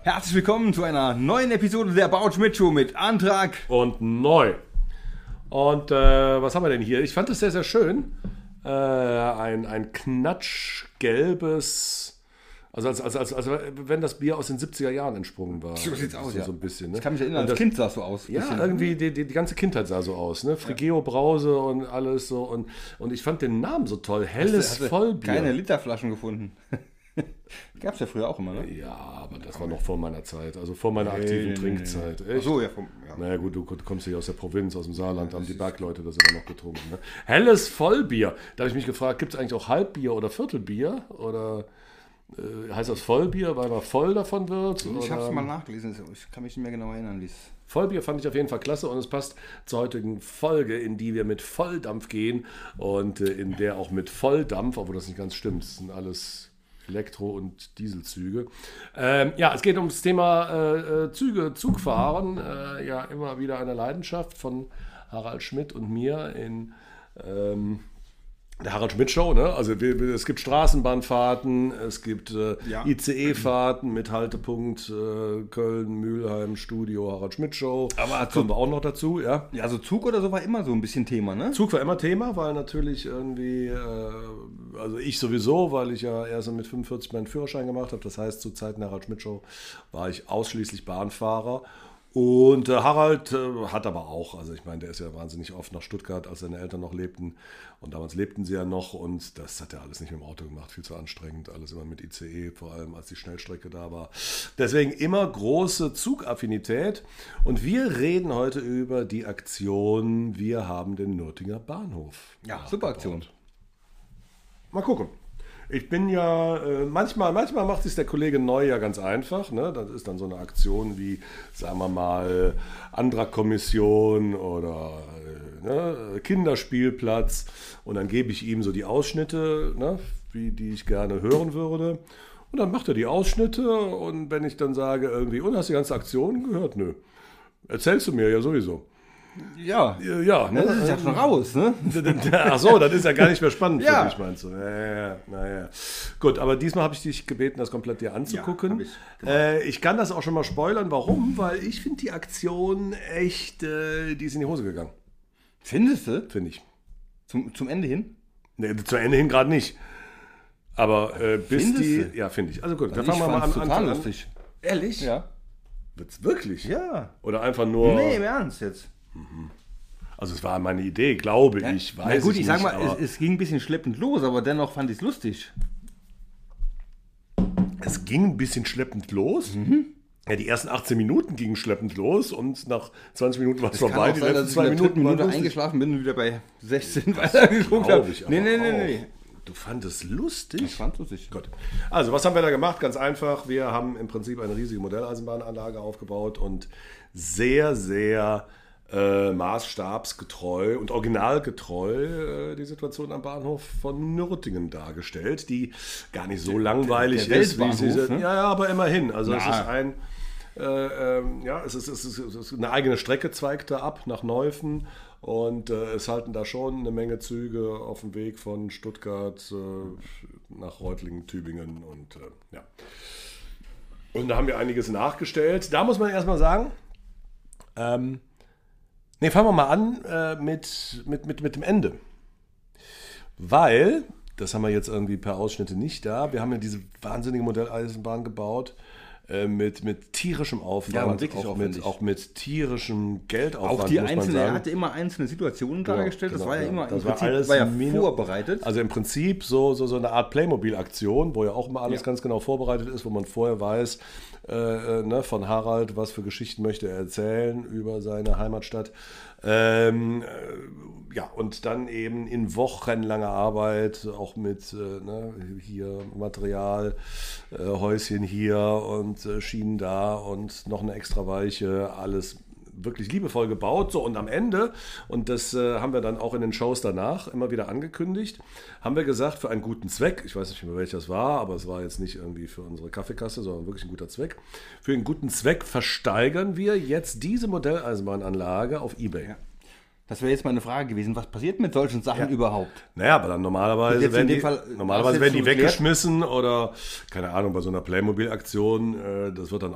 Herzlich willkommen zu einer neuen Episode der About Schmidt Show mit Antrag und neu. Und was haben wir denn hier? Ich fand es sehr, sehr schön. Ein knatschgelbes, also als wenn das Bier aus den 70er Jahren entsprungen war. So sieht's aus, ja. So ein bisschen, ne? Ich kann mich erinnern, das Kind sah so aus. Ja, irgendwie die ganze Kindheit sah so aus. Ne? Frigeo Brause und alles so. Und ich fand den Namen so toll. Helles Vollbier. Keine Literflaschen gefunden. Gab's ja früher auch immer, ne? Ja, aber das war noch vor meiner Zeit, also vor meiner aktiven Trinkzeit. Echt? Ach so, ja. Naja gut, du kommst ja aus der Provinz, aus dem Saarland, haben die Bergleute das immer noch getrunken. Ne? Helles Vollbier. Da habe ich mich gefragt, gibt es eigentlich auch Halbbier oder Viertelbier? Oder heißt das Vollbier, weil man voll davon wird? Ich habe es mal nachgelesen, ich kann mich nicht mehr genau erinnern, wie es... Vollbier fand ich auf jeden Fall klasse und es passt zur heutigen Folge, in die wir mit Volldampf gehen und in der auch mit Volldampf, obwohl das nicht ganz stimmt, das sind alles Elektro- und Dieselzüge. Ja, es geht ums Thema Zugfahren. Ja, immer wieder eine Leidenschaft von Harald Schmidt und mir in der Harald Schmidt Show. Ne? Also es gibt Straßenbahnfahrten, es gibt ICE-Fahrten mit Haltepunkt Köln, Mülheim, Studio, Harald Schmidt Show. Aber kommen wir auch noch dazu, ja. Ja, also Zug oder so war immer so ein bisschen Thema, ne? Zug war immer Thema, weil natürlich irgendwie, also ich sowieso, weil ich ja erst mit 45 meinen Führerschein gemacht habe. Das heißt, zu Zeiten der Harald Schmidt Show war ich ausschließlich Bahnfahrer. Und Harald hat aber auch, also ich meine, der ist ja wahnsinnig oft nach Stuttgart, als seine Eltern noch lebten. Und damals lebten sie ja noch und das hat er alles nicht mit dem Auto gemacht, viel zu anstrengend. Alles immer mit ICE, vor allem als die Schnellstrecke da war. Deswegen immer große Zugaffinität. Und wir reden heute über die Aktion Wir haben den Nürtinger Bahnhof. Ja, super Aktion. Mal gucken. Ich bin ja, manchmal macht es der Kollege Neu ja ganz einfach. Ne? Das ist dann so eine Aktion wie, sagen wir mal, Antragkommission oder Kinderspielplatz. Und dann gebe ich ihm so die Ausschnitte, ne, die ich gerne hören würde. Und dann macht er die Ausschnitte. Und wenn ich dann sage irgendwie, und hast du die ganze Aktion gehört? Nö. Erzählst du mir ja sowieso. Ja, ne? Das ist ja schon raus, ne? Ach so, das ist ja gar nicht mehr spannend Ja. für dich, meinst du? Naja. Gut, aber diesmal habe ich dich gebeten, das komplett dir anzugucken. Ja, ich kann das auch schon mal spoilern. Warum? Weil ich finde die Aktion echt, die ist in die Hose gegangen. Findest du? Finde ich. Zum Ende hin? Nee, zum Ende hin gerade nicht. Aber bis Findest die... du? Ja, finde ich. Also gut, Also dann fangen wir mal an. total lustig. Ehrlich? Ja. Wird's wirklich? Ja. Oder einfach nur... Nee, im Ernst jetzt. Also es war meine Idee, glaube ich. Na gut, ich sag nicht, mal, aber es ging ein bisschen schleppend los, aber dennoch fand ich es lustig. es ging ein bisschen schleppend los. Ja, die ersten 18 Minuten gingen schleppend los und nach 20 Minuten war es vorbei. Die letzten 2 Minuten waren lustig. Eingeschlafen bin und wieder bei 16 weitergeguckt habe. Nee. Du fandest lustig? Ich fand es lustig. Gut. Also, was haben wir da gemacht? Ganz einfach. Wir haben im Prinzip eine riesige Modelleisenbahnanlage aufgebaut und sehr, sehr maßstabsgetreu und originalgetreu die Situation am Bahnhof von Nürtingen dargestellt, die gar nicht so langweilig der ist, wie sie Weltbahnhof, sind. ne? Ja, aber immerhin. Also es Na. ist ein es ist eine eigene Strecke, zweigt da ab nach Neuffen und es halten da schon eine Menge Züge auf dem Weg von Stuttgart nach Reutlingen, Tübingen und ja. Und da haben wir einiges nachgestellt. Da muss man erstmal sagen, fangen wir mal an mit dem Ende. Weil, das haben wir jetzt irgendwie per Ausschnitte nicht da, wir haben ja diese wahnsinnige Modelleisenbahn gebaut, mit tierischem Aufwand, Ja, aber wirklich aufwendig. auch mit tierischem Geldaufwand, Auch die muss man einzelnen, er sagen. hatte immer einzelne Situationen Genau, dargestellt, das genau, war ja ja. immer, Das im war Prinzip alles war ja Minu- vorbereitet. Also im Prinzip so eine Art Playmobil-Aktion, wo ja auch immer alles Ja. ganz genau vorbereitet ist, wo man vorher weiß, von Harald, was für Geschichten möchte er erzählen über seine Heimatstadt. Ja, und dann eben in wochenlanger Arbeit, auch mit hier Material, Häuschen hier und Schienen da und noch eine extra Weiche, alles wirklich liebevoll gebaut. So, und am Ende, und das haben wir dann auch in den Shows danach immer wieder angekündigt, haben wir gesagt, für einen guten Zweck, ich weiß nicht mehr welcher das war, aber es war jetzt nicht irgendwie für unsere Kaffeekasse, sondern wirklich ein guter Zweck. Für einen guten Zweck versteigern wir jetzt diese Modelleisenbahnanlage auf eBay. Ja. Das wäre jetzt mal eine Frage gewesen, was passiert mit solchen Sachen überhaupt? Naja, aber dann normalerweise werden die weggeschmissen oder, keine Ahnung, bei so einer Playmobil-Aktion, das wird dann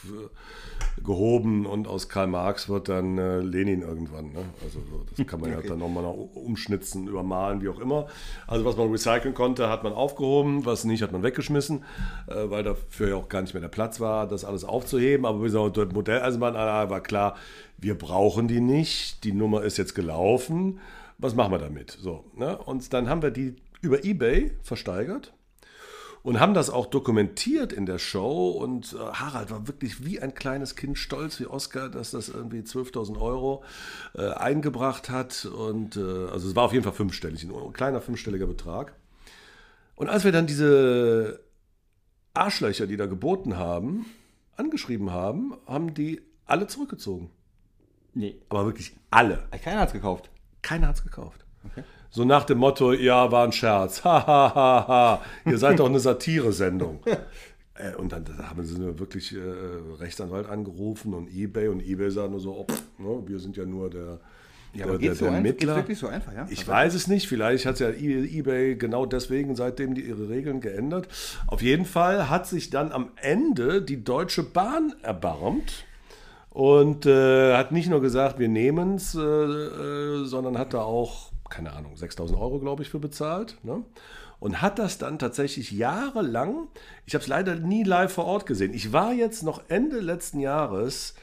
aufgehoben und aus Karl Marx wird dann Lenin irgendwann. Ne? Also das kann man ja dann nochmal umschnitzen, übermalen, wie auch immer. Also was man recyceln konnte, hat man aufgehoben, was nicht, hat man weggeschmissen, weil dafür ja auch gar nicht mehr der Platz war, das alles aufzuheben. Aber wie gesagt, die Modelleisenbahnanlage war klar, wir brauchen die nicht, die Nummer ist jetzt gelaufen, was machen wir damit? So, ne? Und dann haben wir die über eBay versteigert und haben das auch dokumentiert in der Show und Harald war wirklich wie ein kleines Kind stolz wie Oscar, dass das irgendwie 12.000 Euro eingebracht hat und also es war auf jeden Fall fünfstellig, ein kleiner fünfstelliger Betrag. Und als wir dann diese Arschlöcher, die da geboten haben, angeschrieben haben, haben die alle zurückgezogen. Nee. Aber wirklich alle. Keiner hat's gekauft. Keiner hat's gekauft. Okay. So nach dem Motto, ja, war ein Scherz. Ha, ha, ha, ha. Ihr seid doch eine Satire-Sendung. Und dann haben sie wirklich Rechtsanwalt angerufen und eBay sagt nur so, wir sind ja nur der aber geht's so Mittler. Geht's wirklich so einfach, ja? Ich weiß es nicht. Vielleicht hat ja eBay genau deswegen seitdem ihre Regeln geändert. Auf jeden Fall hat sich dann am Ende die Deutsche Bahn erbarmt. Und hat nicht nur gesagt, wir nehmen es, sondern hat da auch, keine Ahnung, 6.000 Euro, glaube ich, für bezahlt. Ne? Und hat das dann tatsächlich jahrelang, ich habe es leider nie live vor Ort gesehen. Ich war jetzt noch Ende letzten Jahres,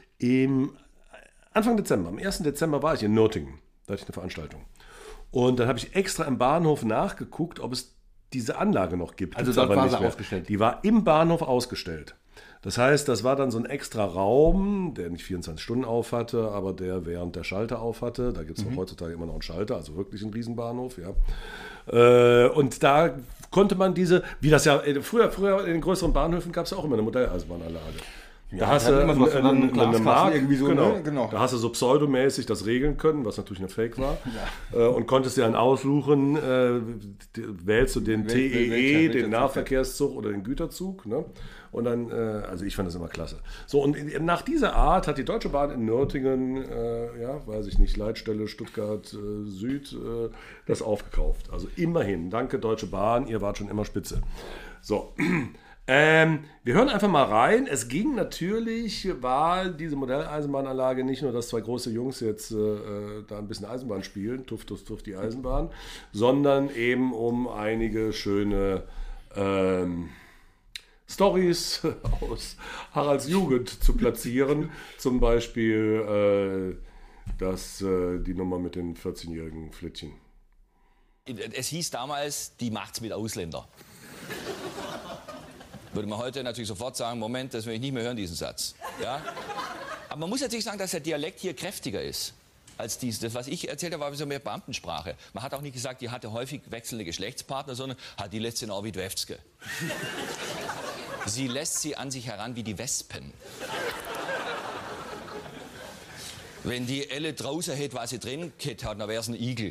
Anfang Dezember, am 1. Dezember war ich in Nürtingen. Da hatte ich eine Veranstaltung. Und dann habe ich extra im Bahnhof nachgeguckt, ob es diese Anlage noch gibt. Also dort war sie ausgestellt? Die war im Bahnhof ausgestellt. Das heißt, das war dann so ein extra Raum, der nicht 24 Stunden auf hatte, aber der während der Schalter auf hatte. Da gibt es auch heutzutage immer noch einen Schalter, also wirklich einen Riesenbahnhof, ja. Und da konnte man wie das ja früher in den größeren Bahnhöfen gab es ja auch immer eine Modelleisenbahnanlage. Da hast du immer so eine Mark, irgendwie so, genau. Da hast du so pseudomäßig das regeln können, was natürlich eine Fake war. Und konntest dir dann aussuchen, wählst du den TEE, den Nahverkehrszug oder den Güterzug. Ne? Und dann, also ich fand das immer klasse. So, und nach dieser Art hat die Deutsche Bahn in Nürtingen, weiß ich nicht, Leitstelle Stuttgart Süd, das aufgekauft. Also immerhin, danke Deutsche Bahn, ihr wart schon immer spitze. So, wir hören einfach mal rein. Es ging natürlich, war diese Modelleisenbahnanlage nicht nur, dass zwei große Jungs jetzt da ein bisschen Eisenbahn spielen, tuff, tuff, tuff die Eisenbahn, sondern eben um einige schöne Storys aus Haralds Jugend zu platzieren. Zum Beispiel die Nummer mit den 14-jährigen Flittchen. Es hieß damals, die macht's mit Ausländer. Würde man heute natürlich sofort sagen, Moment, das will ich nicht mehr hören, diesen Satz. Ja? Aber man muss natürlich sagen, dass der Dialekt hier kräftiger ist als dies. Das, was ich erzählt habe, war so mehr Beamtensprache. Man hat auch nicht gesagt, die hatte häufig wechselnde Geschlechtspartner, sondern die lässt sie auch wie Dwewske. Sie lässt sie an sich heran wie die Wespen. Wenn die Elle draußen hätte, was sie drin hätte, dann wäre es ein Igel.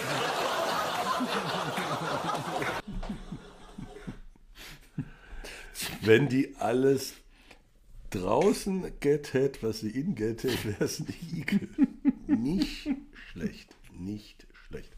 Wenn die alles draußen hätte, was sie innen hätte, wäre es ein Igel. Nicht schlecht, nicht schlecht.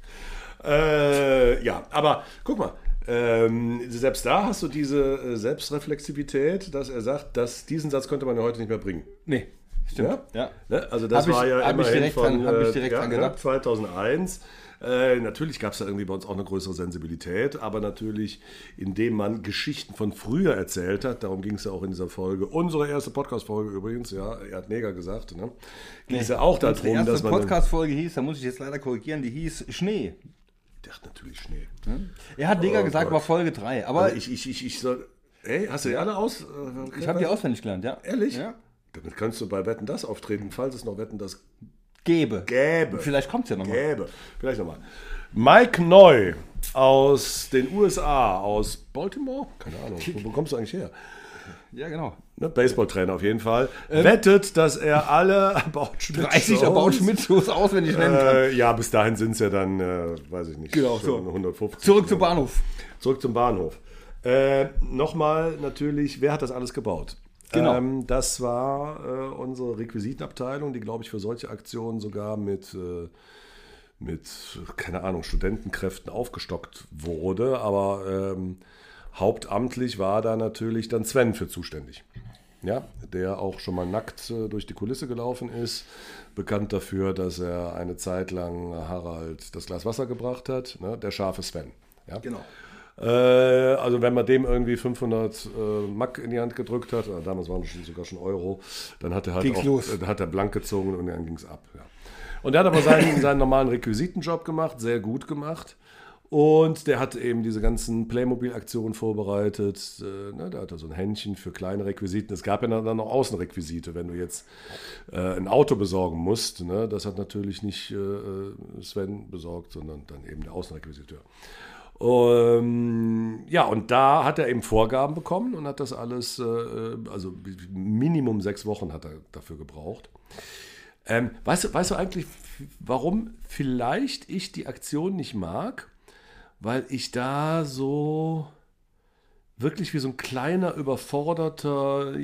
Aber guck mal, selbst da hast du diese Selbstreflexivität, dass er sagt, dass diesen Satz könnte man ja heute nicht mehr bringen. Nee, stimmt. Ja? Also das war ja immerhin von 2001. Natürlich gab es da irgendwie bei uns auch eine größere Sensibilität, aber natürlich, indem man Geschichten von früher erzählt hat, darum ging es ja auch in dieser Folge, unsere erste Podcast-Folge übrigens, ja, er hat Neger gesagt, ne? Ging es ja auch darum, dass man... Die erste Podcast-Folge hieß, da muss ich jetzt leider korrigieren, die hieß Schnee. Ich dachte natürlich Schnee. Er hat Neger gesagt, Gott. War Folge 3, aber... Also ich soll... Ey, hast du die alle aus? Ich habe die auswendig gelernt, ja. Ehrlich? Ja. Damit kannst du bei Wetten, das auftreten, falls es noch Wetten, das Gäbe. Vielleicht kommt es ja nochmal. Vielleicht nochmal. Mike Neu aus den USA, aus Baltimore? Keine Ahnung. Wo kommst du eigentlich her? Ja, genau. Ne, Baseballtrainer auf jeden Fall. Wettet, dass er alle About Schmidt-Shows auswendig nennen kann. Ja, bis dahin sind es ja dann, weiß ich nicht, genau, so 150. Zurück zum Bahnhof. Nochmal natürlich, wer hat das alles gebaut? Genau. Das war unsere Requisitenabteilung, die, glaube ich, für solche Aktionen sogar mit, keine Ahnung, Studentenkräften aufgestockt wurde. Aber hauptamtlich war da natürlich dann Sven für zuständig. Ja, der auch schon mal nackt durch die Kulisse gelaufen ist. Bekannt dafür, dass er eine Zeit lang Harald das Glas Wasser gebracht hat. Ne? Der scharfe Sven. Ja? Genau. Also wenn man dem irgendwie 500 Mark in die Hand gedrückt hat, damals waren es sogar schon Euro, dann hat er halt hat er blank gezogen und dann ging es ab. Ja. Und er hat aber seinen normalen Requisitenjob gemacht, sehr gut gemacht. Und der hat eben diese ganzen Playmobil-Aktionen vorbereitet. Da hat er so ein Händchen für kleine Requisiten. Es gab ja dann noch Außenrequisite, wenn du jetzt ein Auto besorgen musst. Ne? Das hat natürlich nicht Sven besorgt, sondern dann eben der Außenrequisiteur. Ja, und da hat er eben Vorgaben bekommen und hat das alles, also Minimum 6 Wochen hat er dafür gebraucht. Weißt du eigentlich, warum vielleicht ich die Aktion nicht mag? Weil ich da so wirklich wie so ein kleiner, überforderter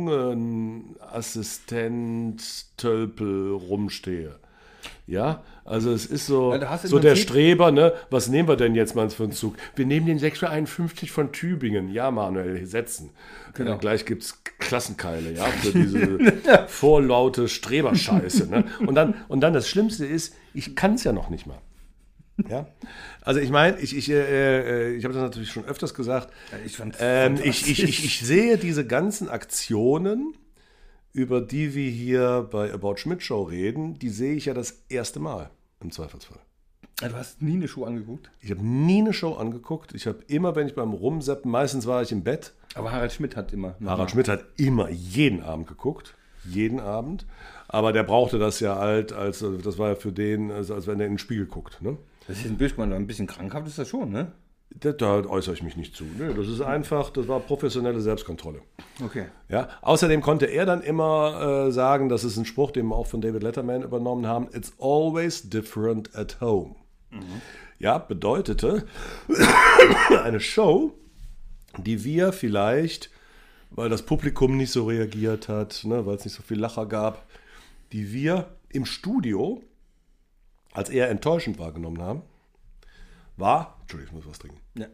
Jungenassistent Tölpel rumstehe. Ja, also es ist so, so der Streber, ne? Was nehmen wir denn jetzt mal für einen Zug? Wir nehmen den 651 von Tübingen. Ja, Manuel, setzen. Genau. Gleich gibt es Klassenkeile, ja, für diese vorlaute Streberscheiße. Ne? Und dann das Schlimmste ist, ich kann es ja noch nicht mal. Ja, also ich meine, ich habe das natürlich schon öfters gesagt. Ja, ich sehe diese ganzen Aktionen, über die wir hier bei About Schmidt Show reden, die sehe ich ja das erste Mal im Zweifelsfall. Du hast nie eine Show angeguckt? Ich habe nie eine Show angeguckt. Ich habe immer, wenn ich beim Rumseppen, meistens war ich im Bett. Aber Harald Schmidt hat immer. Harald Schmidt hat immer jeden Abend geguckt. Jeden Abend. Aber der brauchte das ja halt, das war ja für den, als wenn er in den Spiegel guckt. Ne? Das ist ein bisschen krankhaft, ist das schon, ne? Da äußere ich mich nicht zu. Nee, das ist einfach, das war professionelle Selbstkontrolle. Okay. Ja, außerdem konnte er dann immer sagen, das ist ein Spruch, den wir auch von David Letterman übernommen haben, it's always different at home. Mhm. Ja, bedeutete eine Show, die wir vielleicht, weil das Publikum nicht so reagiert hat, ne, weil es nicht so viel Lacher gab, die wir im Studio als eher enttäuschend wahrgenommen haben, war, Entschuldigung, ich muss was trinken. Ja.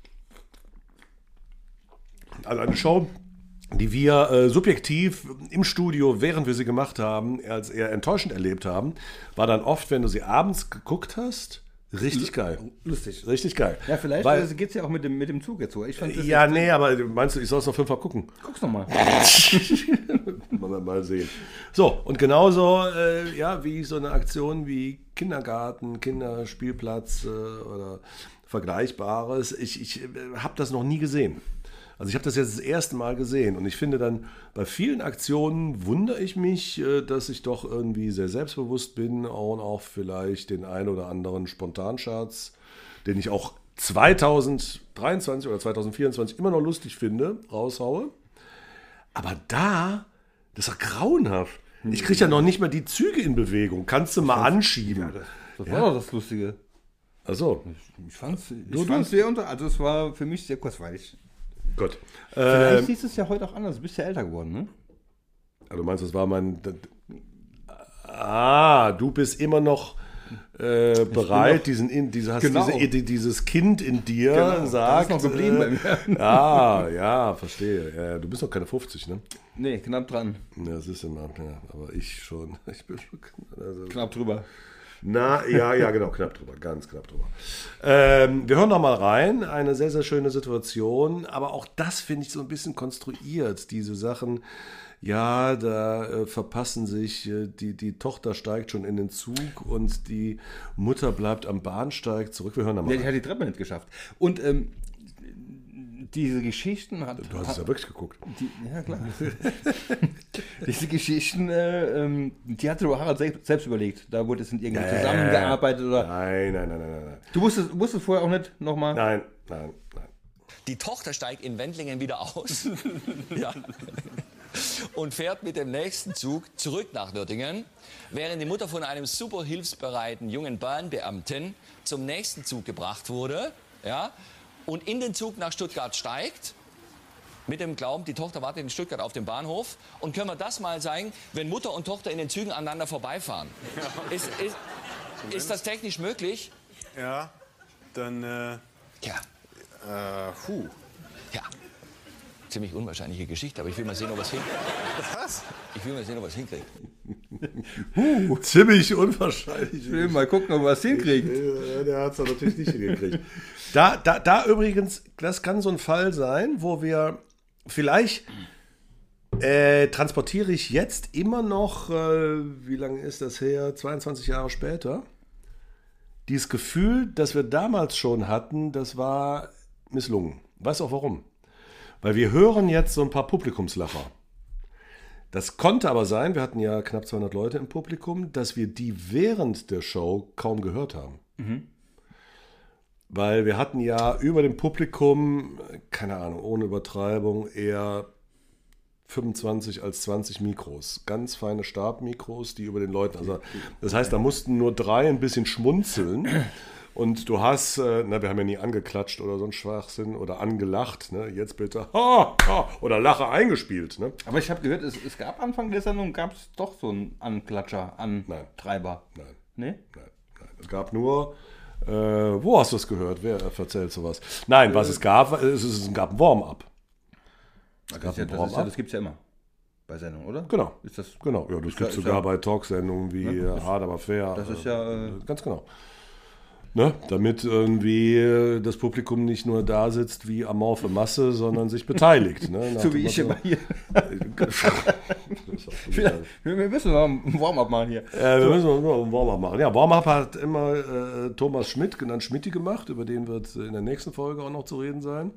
Also eine Show, die wir subjektiv im Studio, während wir sie gemacht haben, als eher enttäuschend erlebt haben, war dann oft, wenn du sie abends geguckt hast, richtig geil. Lustig. Richtig geil. Ja, vielleicht geht es ja auch mit dem Zug jetzt so. Ich fand ja, nee, aber meinst du, ich soll es noch 5-mal gucken? Guck's noch mal. Mal sehen. So, und genauso, wie so eine Aktion wie Kindergarten, Kinderspielplatz oder Vergleichbares. Ich habe das noch nie gesehen. Also ich habe das jetzt das erste Mal gesehen und ich finde dann, bei vielen Aktionen wundere ich mich, dass ich doch irgendwie sehr selbstbewusst bin und auch vielleicht den ein oder anderen Spontanschatz, den ich auch 2023 oder 2024 immer noch lustig finde, raushaue. Aber das ist grauenhaft. Ich kriege ja noch nicht mal die Züge in Bewegung. Kannst du mal anschieben. Ja, das war doch das Lustige. Ach so. Ich fand's sehr also es war für mich sehr kurzweilig. Gut. Vielleicht siehst du es ja heute auch anders. Du bist ja älter geworden, ne? Du meinst, das war mein... du bist immer noch bereit, dieses Kind in dir sagt... Das ist noch geblieben bei mir. Ja, verstehe. Ja, du bist noch keine 50, ne? Nee, knapp dran. Ja, das ist immer, aber ich schon. Ich bin schon knapp drüber. Genau, knapp drüber, ganz knapp drüber. Wir hören noch mal rein, eine sehr, sehr schöne Situation, aber auch das finde ich so ein bisschen konstruiert, diese Sachen, ja, da verpassen sich, die Tochter steigt schon in den Zug und die Mutter bleibt am Bahnsteig zurück, wir hören noch mal rein. Die hat die Treppe nicht geschafft. Und diese Geschichten hat... Du hast es ja wirklich geguckt. Ja, klar. Diese Geschichten, die hat Harald selbst überlegt. Da wurde es in irgendwie zusammengearbeitet oder... Nein. Du wusstest vorher auch nicht nochmal... Nein. Die Tochter steigt in Wendlingen wieder aus ja. Und fährt mit dem nächsten Zug zurück nach Nürtingen, während die Mutter von einem super hilfsbereiten jungen Bahnbeamten zum nächsten Zug gebracht wurde, ja, und in den Zug nach Stuttgart steigt mit dem Glauben, die Tochter wartet in Stuttgart auf dem Bahnhof. Und können wir das mal zeigen, wenn Mutter und Tochter in den Zügen aneinander vorbeifahren? Ja. Ist das technisch möglich? Ja, dann... Ja. Ja. Ziemlich unwahrscheinliche Geschichte, aber ich will mal sehen, ob es hinkriegt. Was? Ich will mal sehen, ob es hinkriegt. Ziemlich unwahrscheinlich. Ich will mal gucken, ob er es hinkriegt. Der hat es natürlich nicht hingekriegt. Da übrigens, das kann so ein Fall sein, wo wir vielleicht transportiere ich jetzt immer noch, wie lange ist das her, 22 Jahre später, dieses Gefühl, das wir damals schon hatten, das war misslungen. Weißt du auch warum? Weil wir hören jetzt so ein paar Publikumslacher. Das konnte aber sein, wir hatten ja knapp 200 Leute im Publikum, dass wir die während der Show kaum gehört haben. Mhm. Weil wir hatten ja über dem Publikum, keine Ahnung, ohne Übertreibung, eher 25 als 20 Mikros. Ganz feine Stabmikros, die über den Leuten, also das heißt, da mussten nur 3 ein bisschen schmunzeln. Und du hast, wir haben ja nie angeklatscht oder so ein Schwachsinn oder angelacht, ne? Jetzt bitte, ha, ha, oder Lache eingespielt. Ne? Aber ich habe gehört, es gab Anfang der Sendung, gab es doch so einen Anklatscher, Antreiber. Nein. Nee? Nein. Es gab nur, wo hast du es gehört? Wer erzählt sowas? Nein, was es gab, es gab ein Warm-up. Das gibt es ja immer bei Sendungen, oder? Genau. Ist das, genau. Ja, das gibt es sogar bei Talksendungen wie Hard aber fair. Das ist ja... ganz genau. Ne? Damit irgendwie das Publikum nicht nur da sitzt wie amorphe Masse, sondern sich beteiligt. Ne? So wie ich immer hier. Wir müssen noch ein Warm-up machen hier. Wir müssen noch ein Warm-up machen. Ja, Warm-up hat immer Thomas Schmidt, genannt Schmidti, gemacht. Über den wird in der nächsten Folge auch noch zu reden sein.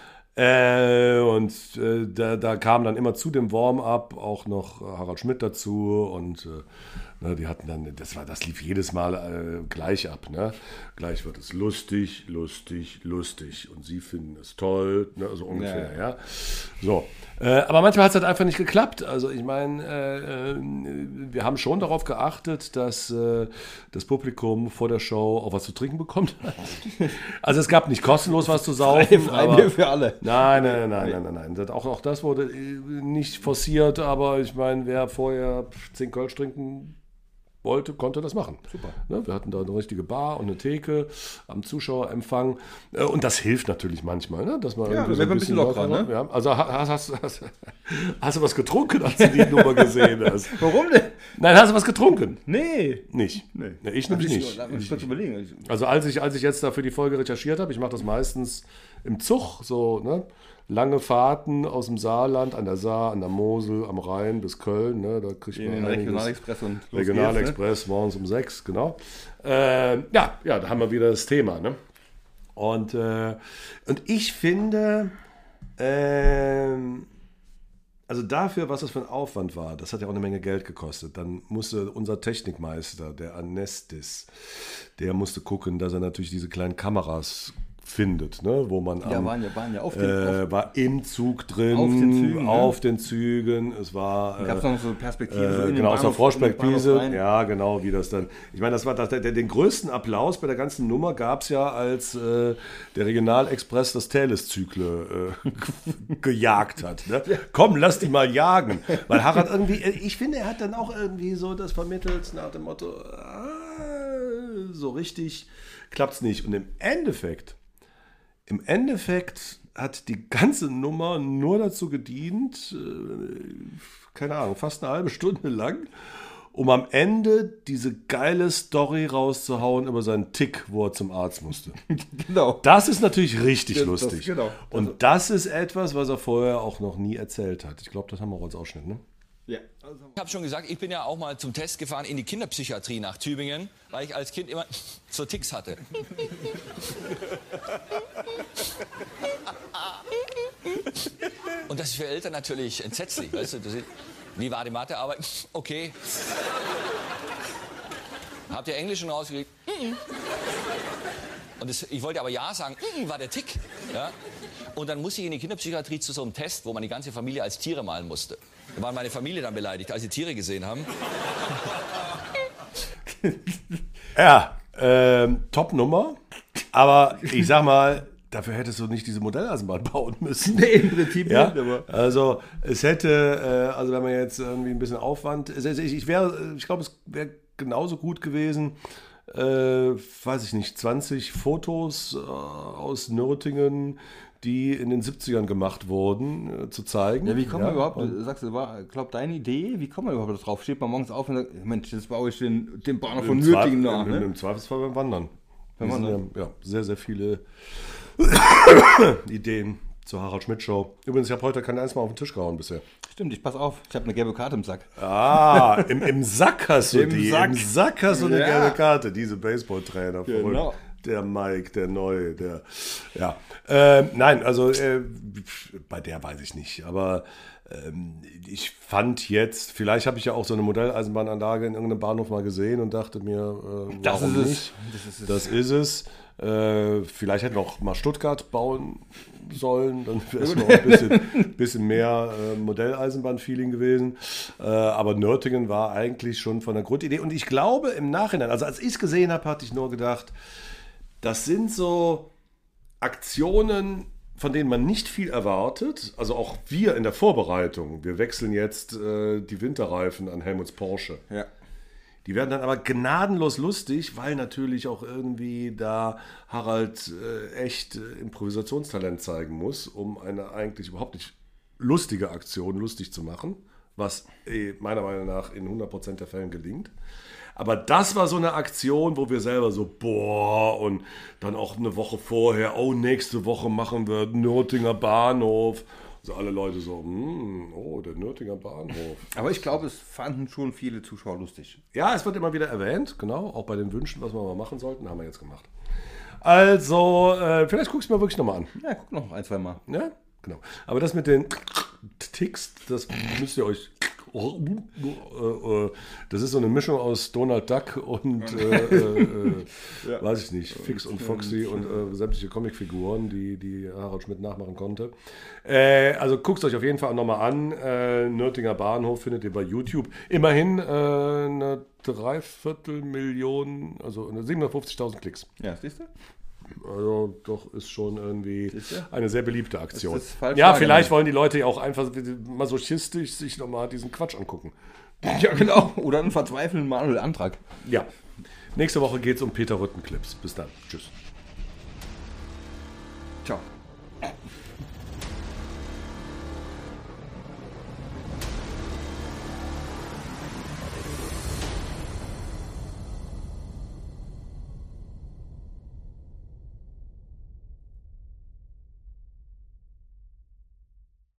Da kam dann immer zu dem Warm-up auch noch Harald Schmidt dazu und die hatten dann, das lief jedes Mal gleich ab. Ne? Gleich wird es lustig, lustig, lustig und sie finden es toll, ne? So ungefähr. Ja. So. Aber manchmal hat es halt einfach nicht geklappt. Also ich meine, wir haben schon darauf geachtet, dass das Publikum vor der Show auch was zu trinken bekommt. Also es gab nicht kostenlos was zu saufen. Freie für alle. Nein. Auch das wurde nicht forciert, aber ich meine, wer vorher 10 Kölsch trinken wollte, konnte das machen. Super. Ne? Wir hatten da eine richtige Bar und eine Theke am Zuschauerempfang. Und das hilft natürlich manchmal, ne? Dass man irgendwie so ein bisschen lockerer, ne? Ja. Also hast du was getrunken, als du die Nummer gesehen hast? Warum denn? Nein, hast du was getrunken? Nee. Nicht? Nee. Ich nämlich nicht. Also als ich jetzt da für die Folge recherchiert habe, ich mache das meistens im Zug, so, ne? Lange Fahrten aus dem Saarland, an der Saar, an der Mosel, am Rhein bis Köln. Ne, da kriegt man Regionalexpress und Regionalexpress morgens um 6, genau. Da haben wir wieder das Thema. Ne? Und ich finde, also dafür, was das für ein Aufwand war, das hat ja auch eine Menge Geld gekostet. Dann musste unser Technikmeister, der Anestis, der musste gucken, dass er natürlich diese kleinen Kameras findet, ne? Wo man waren ja war im Zug drin, auf den Zügen, es war gab es noch so Perspektive, genau, aus der Vorspektive, ja, genau, wie das dann, ich meine, das war den größten Applaus bei der ganzen Nummer gab es ja, als der Regionalexpress das Thales-Zykle gejagt hat, ne? Komm, lass die mal jagen, weil Harald irgendwie, ich finde, er hat dann auch irgendwie so das vermittelt nach dem Motto, so richtig klappt's nicht, und im Endeffekt hat die ganze Nummer nur dazu gedient, keine Ahnung, fast eine halbe Stunde lang, um am Ende diese geile Story rauszuhauen über seinen Tick, wo er zum Arzt musste. Genau. Das ist natürlich richtig lustig. Genau. Und das ist etwas, was er vorher auch noch nie erzählt hat. Ich glaube, das haben wir auch als Ausschnitt, ne? Ja. Ich habe schon gesagt, ich bin ja auch mal zum Test gefahren in die Kinderpsychiatrie nach Tübingen, weil ich als Kind immer so Ticks hatte. Und das ist für Eltern natürlich entsetzlich. Weißt du, wie war die Mathearbeit? Okay. Habt ihr Englisch schon rausgekriegt? Und ich wollte aber ja sagen, war der Tick. Ja? Und dann musste ich in die Kinderpsychiatrie zu so einem Test, wo man die ganze Familie als Tiere malen musste. Da war meine Familie dann beleidigt, als sie Tiere gesehen haben. Ja, Top-Nummer. Aber ich sag mal, dafür hättest du nicht diese Modelleisenbahn bauen müssen. Nee, im Prinzip Ja, nicht, aber... also es hätte, also wenn man jetzt irgendwie ein bisschen Aufwand, ich glaube, es wäre genauso gut gewesen, weiß ich nicht, 20 Fotos aus Nürtingen, die in den 70ern gemacht wurden, zu zeigen. Ja, wie kommt man überhaupt, du sagst, glaub deine Idee, wie kommt man überhaupt drauf? Steht man morgens auf und sagt, Mensch, jetzt baue ich den Bahnhof von Nürtingen nach, ne? Im Zweifelsfall beim Wandern. Ja, sehr, sehr viele Ideen zur Harald-Schmidt-Show. Übrigens, ich habe heute kein eins Mal auf den Tisch gehauen bisher. Stimmt, ich pass auf, ich habe eine gelbe Karte im Sack. Ah, im Sack hast du Im die. Sack. Im Sack hast du eine Ja. gelbe Karte. Diese Baseballtrainer. Genau. Der Mike, der Neue, der. Ja. Nein, also bei der weiß ich nicht. Aber ich fand jetzt, vielleicht habe ich ja auch so eine Modelleisenbahnanlage in irgendeinem Bahnhof mal gesehen und dachte mir, Das warum ist es. nicht? Das ist es. Das ist es. Vielleicht hätten wir auch mal Stuttgart bauen sollen, dann wäre es noch ein bisschen mehr Modelleisenbahn-Feeling gewesen. Aber Nürtingen war eigentlich schon von der Grundidee. Und ich glaube im Nachhinein, also als ich es gesehen habe, hatte ich nur gedacht, das sind so Aktionen, von denen man nicht viel erwartet. Also auch wir in der Vorbereitung. Wir wechseln jetzt die Winterreifen an Helmuts Porsche. Ja. Die werden dann aber gnadenlos lustig, weil natürlich auch irgendwie da Harald echt Improvisationstalent zeigen muss, um eine eigentlich überhaupt nicht lustige Aktion lustig zu machen, was meiner Meinung nach in 100% der Fällen gelingt. Aber das war so eine Aktion, wo wir selber so, boah, und dann auch eine Woche vorher, oh, nächste Woche machen wir Nürtinger Bahnhof. Also alle Leute so, oh, der Nürtinger Bahnhof. Aber ich glaube, es fanden schon viele Zuschauer lustig. Ja, es wird immer wieder erwähnt, genau, auch bei den Wünschen, was wir mal machen sollten, haben wir jetzt gemacht. Also, vielleicht guckst du mir wirklich nochmal an. Ja, guck noch ein, zwei Mal. Ja, genau. Aber das mit den Ticks, das müsst ihr euch... Das ist so eine Mischung aus Donald Duck und weiß ich nicht, Fix und Foxy und sämtliche Comicfiguren, die Harald Schmidt nachmachen konnte. Also guckt es euch auf jeden Fall nochmal an. Nürtinger Bahnhof findet ihr bei YouTube. Immerhin eine 250.000, also 750.000 Klicks. Ja, siehst du? Also doch ist schon irgendwie eine sehr beliebte Aktion. Das ist falsch ja, wahrgenommen. vielleicht wollen die Leute ja auch einfach masochistisch sich nochmal diesen Quatsch angucken. Ja, genau. Oder einen verzweifelnden Manuel Antrag. Ja. Nächste Woche geht es um Peter Rütten-Clips. Bis dann. Tschüss. Ciao.